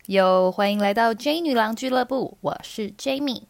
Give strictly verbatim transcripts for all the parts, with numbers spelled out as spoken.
哟，欢迎来到 J 女郎俱乐部，我是 Jamie。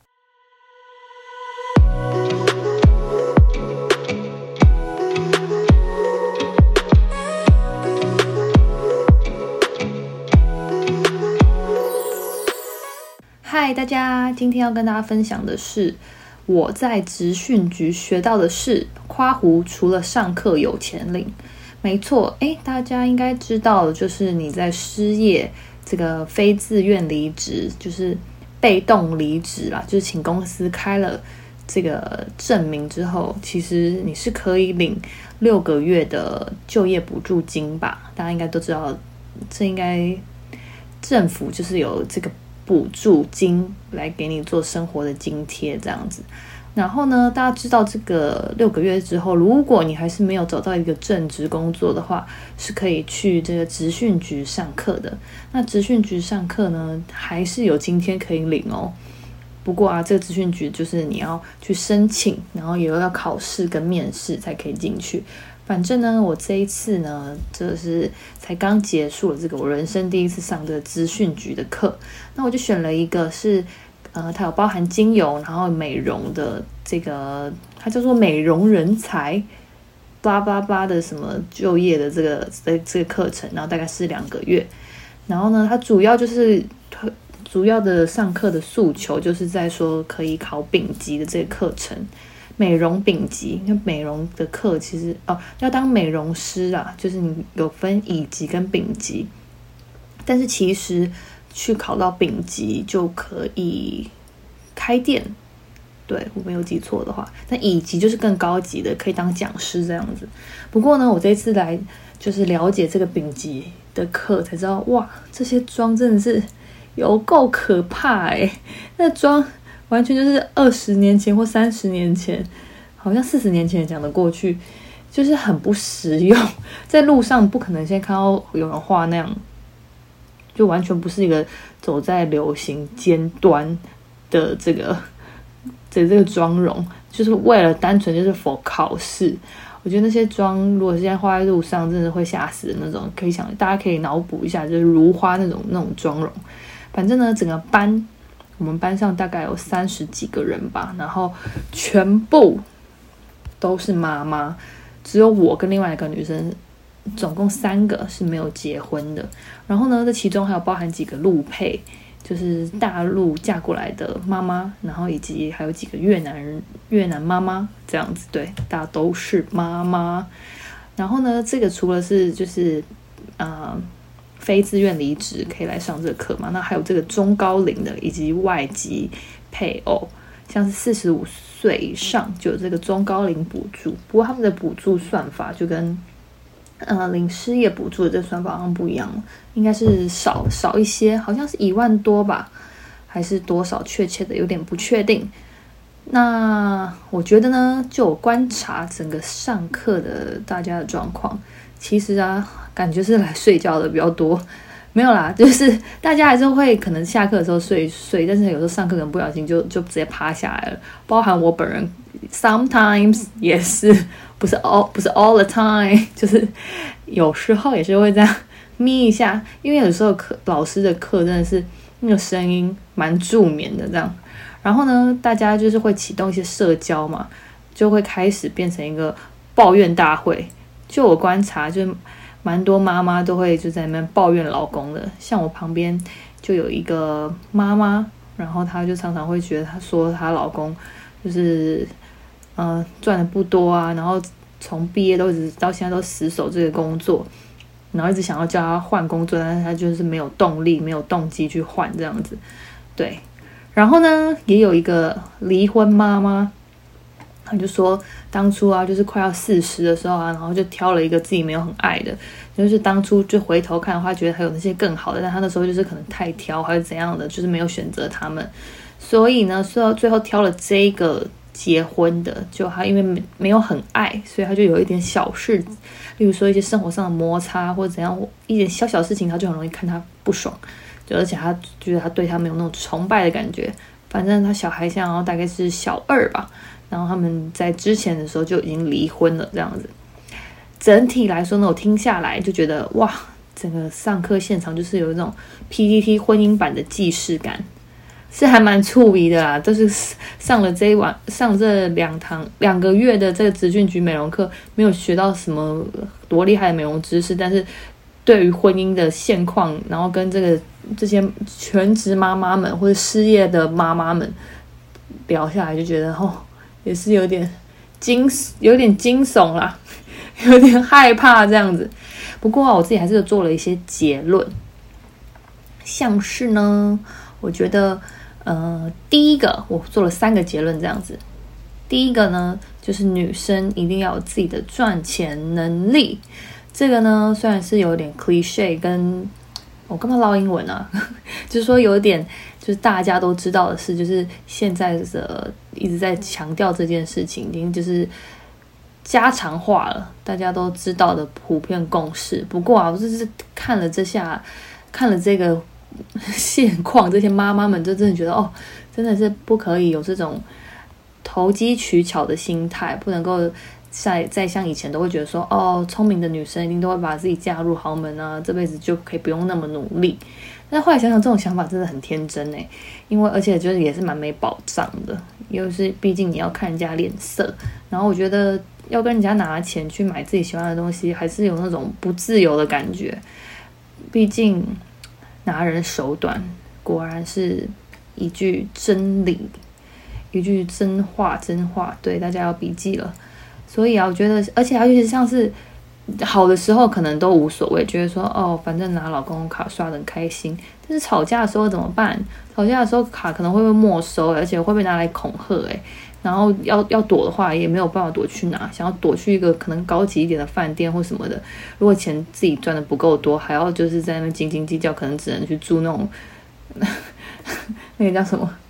嗨，大家，今天要跟大家分享的是我在职训局学到的事。夸胡除了上课有钱领，没错，诶，大家应该知道，就是你在失业这个非自愿离职，就是被动离职啦，就是请公司开了这个证明之后，其实你是可以领六个月的就业补助金吧？大家应该都知道，这应该政府就是有这个补助金来给你做生活的津贴这样子。然后呢，大家知道这个六个月之后，如果你还是没有找到一个正职工作的话，是可以去这个职训局上课的。那职训局上课呢，还是有津贴可以领哦。不过啊，这个职训局就是你要去申请，然后也要考试跟面试才可以进去。反正呢，我这一次呢，这是才刚结束了这个我人生第一次上这个职训局的课，那我就选了一个是。呃，它有包含精油，然后美容的这个，它叫做美容人才，巴拉巴拉的什么就业的这个这个课程，然后大概是两个月。然后呢，它主要就是主要的上课的诉求，就是在说可以考丙级的这个课程，美容丙级。因为美容的课其实哦，要当美容师啊，就是你有分乙级跟丙级，但是其实。去考到丙级就可以开店，对，我没有记错的话。但乙级就是更高级的，可以当讲师这样子。不过呢，我这一次来就是了解这个丙级的课，才知道哇，这些妆真的是有够可怕哎、欸！那妆完全就是二十年前或三十年前，好像四十年前讲得过去，就是很不实用。在路上不可能现在看到有人画那样。就完全不是一个走在流行尖端的这个的这个妆容，就是为了单纯就是否考试。我觉得那些妆如果现在画在路上，真的会吓死的那种。可以想，大家可以脑补一下，就是如花那种那种妆容。反正呢，整个班我们班上大概有三十几个人吧，然后全部都是妈妈，只有我跟另外一个女生。总共三个是没有结婚的，然后呢，这其中还有包含几个陆配，就是大陆嫁过来的妈妈，然后以及还有几个越南人、越南妈妈这样子，对，大家都是妈妈。然后呢，这个除了是就是呃非自愿离职可以来上这个课嘛，那还有这个中高龄的以及外籍配偶，像是四十五岁以上就有这个中高龄补助，不过他们的补助算法就跟呃，领失业补助的这算法好像不一样，应该是少少一些，好像是一万多吧，还是多少？确切的有点不确定。那我觉得呢，就我观察整个上课的大家的状况，其实啊，感觉是来睡觉的比较多。没有啦，就是大家还是会可能下课的时候睡睡，但是有时候上课可能不小心就就直接趴下来了。包含我本人 ，sometimes 也是不是 all 不是 all the time， 就是有时候也是会这样眯一下，因为有时候课老师的课真的是那个声音蛮助眠的这样。然后呢，大家就是会启动一些社交嘛，就会开始变成一个抱怨大会。就我观察，就。蛮多妈妈都会就在那边抱怨老公的，像我旁边就有一个妈妈，然后她就常常会觉得，她说她老公就是，呃，赚的不多啊，然后从毕业都一直到现在都死守这个工作，然后一直想要叫他换工作，但是他就是没有动力、没有动机去换这样子，对。然后呢，也有一个离婚妈妈。他就说当初啊，就是快要四十的时候啊，然后就挑了一个自己没有很爱的，就是当初就回头看的话，觉得还有那些更好的，但他那时候就是可能太挑还是怎样的，就是没有选择他们，所以呢，最最后挑了这个结婚的，就他因为没没有很爱，所以他就有一点小事，例如说一些生活上的摩擦或者怎样，一点小小事情，他就很容易看他不爽，就而且他觉得他对他没有那种崇拜的感觉。反正他小孩现在然后大概是小二吧。然后他们在之前的时候就已经离婚了，这样子。整体来说呢，我听下来就觉得哇， 整个上课现场就是有一种 P T T 婚姻版的既视感，是还蛮触鼻的啦。都是上了这一晚上这两堂两个月的这个职训局美容课，没有学到什么多厉害的美容知识，但是对于婚姻的现况，然后跟这个这些全职妈妈们或者失业的妈妈们聊下来，就觉得哦，也是有点惊，有点惊悚啦，有点害怕这样子。不过啊，我自己还是有做了一些结论，像是呢，我觉得呃，第一个我做了三个结论这样子。第一个呢，就是女生一定要有自己的赚钱能力。这个呢，虽然是有点 cliche， 跟我干嘛唠英文啊？就是说有点，就是大家都知道的事，就是现在的一直在强调这件事情，已经就是家常化了，大家都知道的普遍共识。不过啊，我就是看了这下，看了这个现况，这些妈妈们就真的觉得，哦，真的是不可以有这种投机取巧的心态，不能够再再像以前都会觉得说，哦，聪明的女生一定都会把自己嫁入豪门啊，这辈子就可以不用那么努力。但后来想想，这种想法真的很天真耶，因为而且就是也是蛮没保障的，又是毕竟你要看人家脸色，然后我觉得要跟人家拿钱去买自己喜欢的东西，还是有那种不自由的感觉。毕竟拿人手短，果然是一句真理，一句真话，真话，对，大家要笔记了。所以啊，我觉得，而且尤其是像是好的时候，可能都无所谓，觉得说哦，反正拿老公卡刷得很开心。但是吵架的时候怎么办？吵架的时候卡可能会被没收，而且会被拿来恐吓，哎，然后要要躲的话，也没有办法躲去哪。想要躲去一个可能高级一点的饭店或什么的，如果钱自己赚的不够多，还要就是在那边斤斤计较，可能只能去住那种那个叫什么？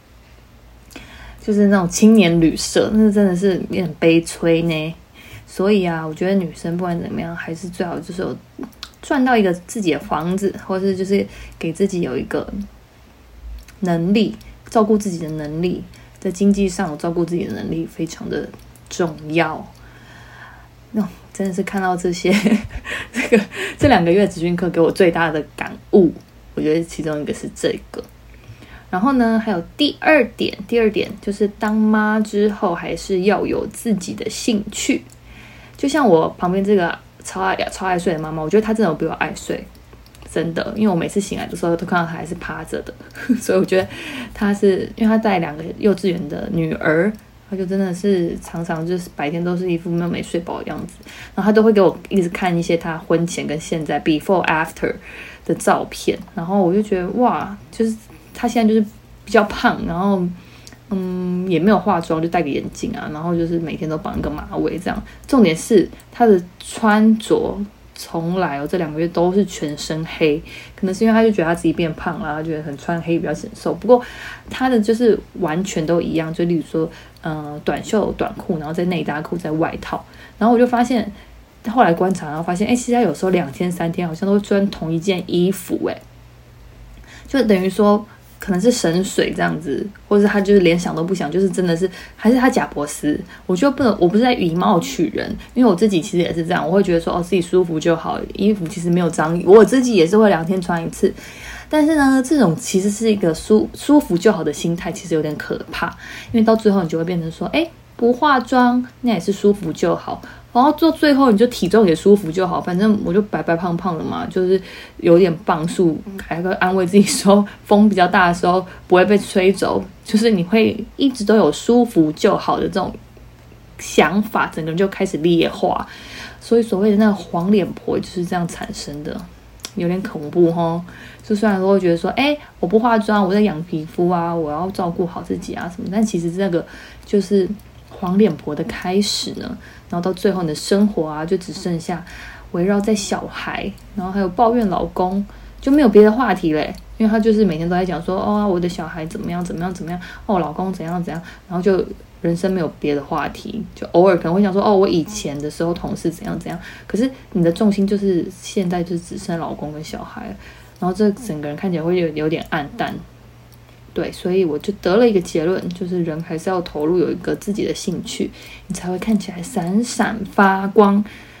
就是那种青年旅社，那真的是有点悲催呢。所以啊，我觉得女生不管怎么样，还是最好就是有赚到一个自己的房子，或是就是给自己有一个能力，照顾自己的能力，在经济上有照顾自己的能力非常的重要。那、哦、真的是看到这些，这个这两个月职训课给我最大的感悟，我觉得其中一个是这个。然后呢，还有第二点，第二点就是当妈之后还是要有自己的兴趣。就像我旁边这个超爱超爱睡的妈妈，我觉得她真的比我爱睡，真的，因为我每次醒来的时候都看到她还是趴着的，所以我觉得她是因为她带两个幼稚园的女儿，她就真的是常常就是白天都是一副没有没睡饱的样子，然后她都会给我一直看一些她婚前跟现在 before after 的照片，然后我就觉得哇，就是她现在就是比较胖，然后嗯，也没有化妆，就戴个眼镜啊，然后就是每天都绑一个马尾这样。重点是她的穿着从来哦这两个月都是全身黑，可能是因为她就觉得她自己变胖了，她觉得很穿黑比较显瘦。不过她的就是完全都一样，就例如说，呃，短袖短裤，然后再内搭裤，再外套。然后我就发现，后来观察，然后发现，哎，其实她有时候两天三天好像都会穿同一件衣服，哎，就等于说。可能是神水这样子，或者是他就是连想都不想，就是真的是还是他贾伯斯。我觉得不能，我不是在以貌取人，因为我自己其实也是这样，我会觉得说哦自己舒服就好，衣服其实没有脏，我自己也是会两天穿一次。但是呢，这种其实是一个舒舒服就好的心态，其实有点可怕，因为到最后你就会变成说，哎，不化妆那也是舒服就好。然后做最后你就体重也舒服就好，反正我就白白胖胖的嘛，就是有点磅数，还会安慰自己说风比较大的时候不会被吹走，就是你会一直都有舒服就好的这种想法，整个人就开始劣化，所以所谓的那个黄脸婆就是这样产生的，有点恐怖齁。就虽然说会觉得说，哎，我不化妆，我在养皮肤啊，我要照顾好自己啊什么，但其实这个就是黄脸婆的开始呢。然后到最后你的生活啊，就只剩下围绕在小孩，然后还有抱怨老公，就没有别的话题嘞。因为他就是每天都在讲说，哦，我的小孩怎么样怎么样怎么样，哦，老公怎样怎样，然后就人生没有别的话题，就偶尔可能会想说，哦，我以前的时候同事怎样怎样，可是你的重心就是现在就是只剩老公跟小孩，然后这整个人看起来会有有点暗淡。对，所以我就得了一个结论，就是人还是要投入有一个自己的兴趣，你才会看起来闪闪发光。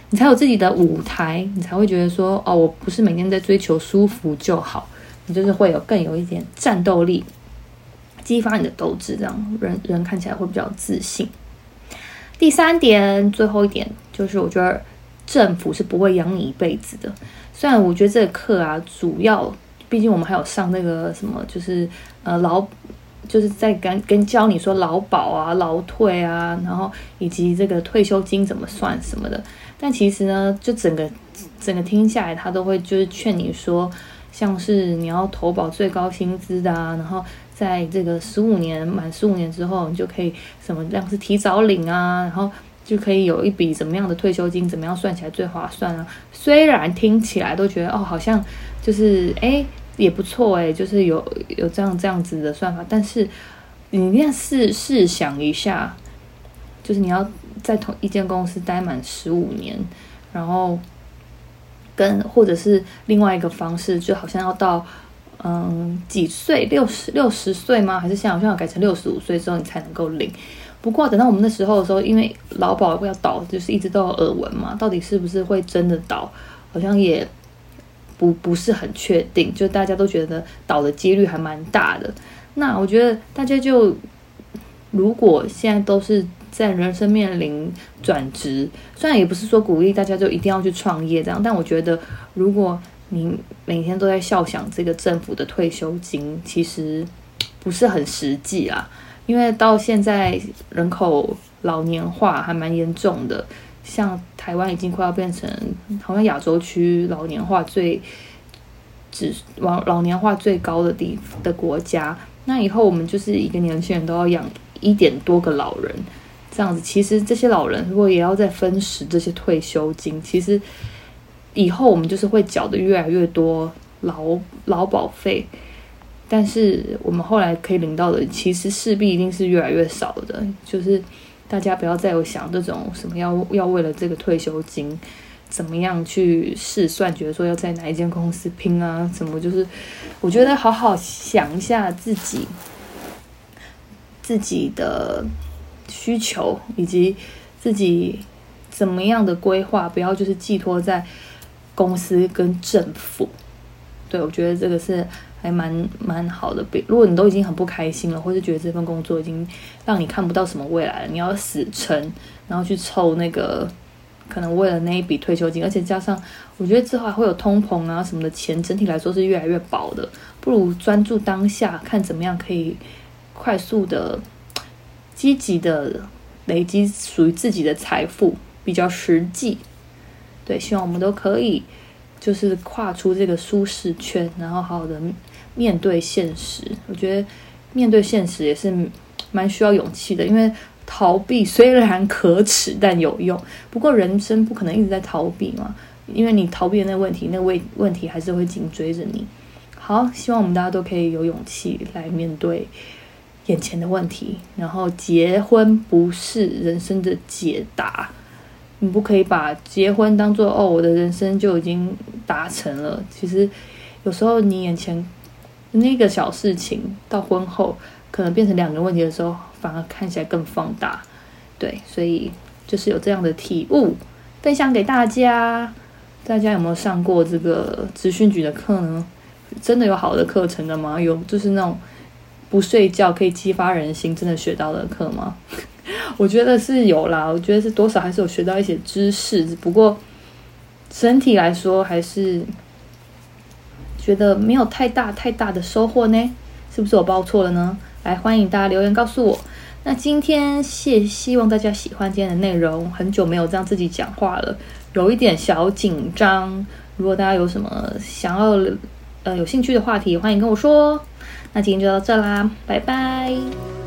你才有自己的舞台，你才会觉得说，哦，我不是每天在追求舒服就好，你就是会有更有一点战斗力，激发你的斗志，这样人人看起来会比较自信。第三点，最后一点就是我觉得政府是不会养你一辈子的。虽然我觉得这个课啊，主要毕竟我们还有上那个什么，就是呃劳。就是在跟跟教你说劳保啊、劳退啊，然后以及这个退休金怎么算什么的。但其实呢，就整个整个听下来，他都会就是劝你说，像是你要投保最高薪资的啊，然后在这个十五年满十五年之后，你就可以什么样是提早领啊，然后就可以有一笔怎么样的退休金，怎么样算起来最划算啊。虽然听起来都觉得哦，好像就是哎。也不错哎、欸，就是有有这样这样子的算法，但是你要试试想一下，就是你要在同一间公司待满十五年，然后跟或者是另外一个方式，就好像要到嗯几岁，六十六十岁吗？还是现在好像要改成六十五岁之后你才能够领？不过等到我们那时候的时候，因为劳保要倒，就是一直都有耳闻嘛，到底是不是会真的倒，好像也。不不是很确定，就大家都觉得倒的几率还蛮大的。那我觉得大家就如果现在都是在人生面临转职，虽然也不是说鼓励大家就一定要去创业这样，但我觉得如果你每天都在笑想这个政府的退休金，其实不是很实际啦。因为到现在人口老年化还蛮严重的。像台湾已经快要变成好像亚洲区老年化最指老老年化最高的地的国家，那以后我们就是一个年轻人都要养一点多个老人，这样子。其实这些老人如果也要再分食这些退休金，其实以后我们就是会缴的越来越多劳劳保费，但是我们后来可以领到的，其实势必一定是越来越少的，就是。大家不要再有想这种什么要要为了这个退休金怎么样去试算，觉得说要在哪一间公司拼啊什么，就是我觉得好好想一下自己自己的需求以及自己怎么样的规划，不要就是寄托在公司跟政府。对，我觉得这个是还蛮蛮好的。如果你都已经很不开心了，或是觉得这份工作已经让你看不到什么未来了，你要死撑，然后去凑那个可能为了那一笔退休金，而且加上我觉得之后还会有通膨啊什么的，钱整体来说是越来越薄的，不如专注当下，看怎么样可以快速的、积极的累积属于自己的财富，比较实际。对，希望我们都可以。就是跨出这个舒适圈，然后好好的面对现实。我觉得面对现实也是蛮需要勇气的，因为逃避虽然可耻，但有用。不过人生不可能一直在逃避嘛，因为你逃避的那个问题，那个问题还是会紧追着你。好，希望我们大家都可以有勇气来面对眼前的问题，然后结婚不是人生的解答。你不可以把结婚当作哦，我的人生就已经达成了。其实有时候你眼前那个小事情，到婚后可能变成两个问题的时候，反而看起来更放大。对，所以就是有这样的体悟分享给大家。大家有没有上过这个职训局的课呢？真的有好的课程的吗？有就是那种不睡觉可以激发人心，真的学到的课吗？我觉得是有啦，我觉得是多少还是有学到一些知识，不过整体来说还是觉得没有太大太大的收获呢，是不是我报错了呢？来，欢迎大家留言告诉我。那今天谢希望大家喜欢今天的内容，很久没有这样自己讲话了，有一点小紧张。如果大家有什么想要呃有兴趣的话题，欢迎跟我说。那今天就到这啦，拜拜。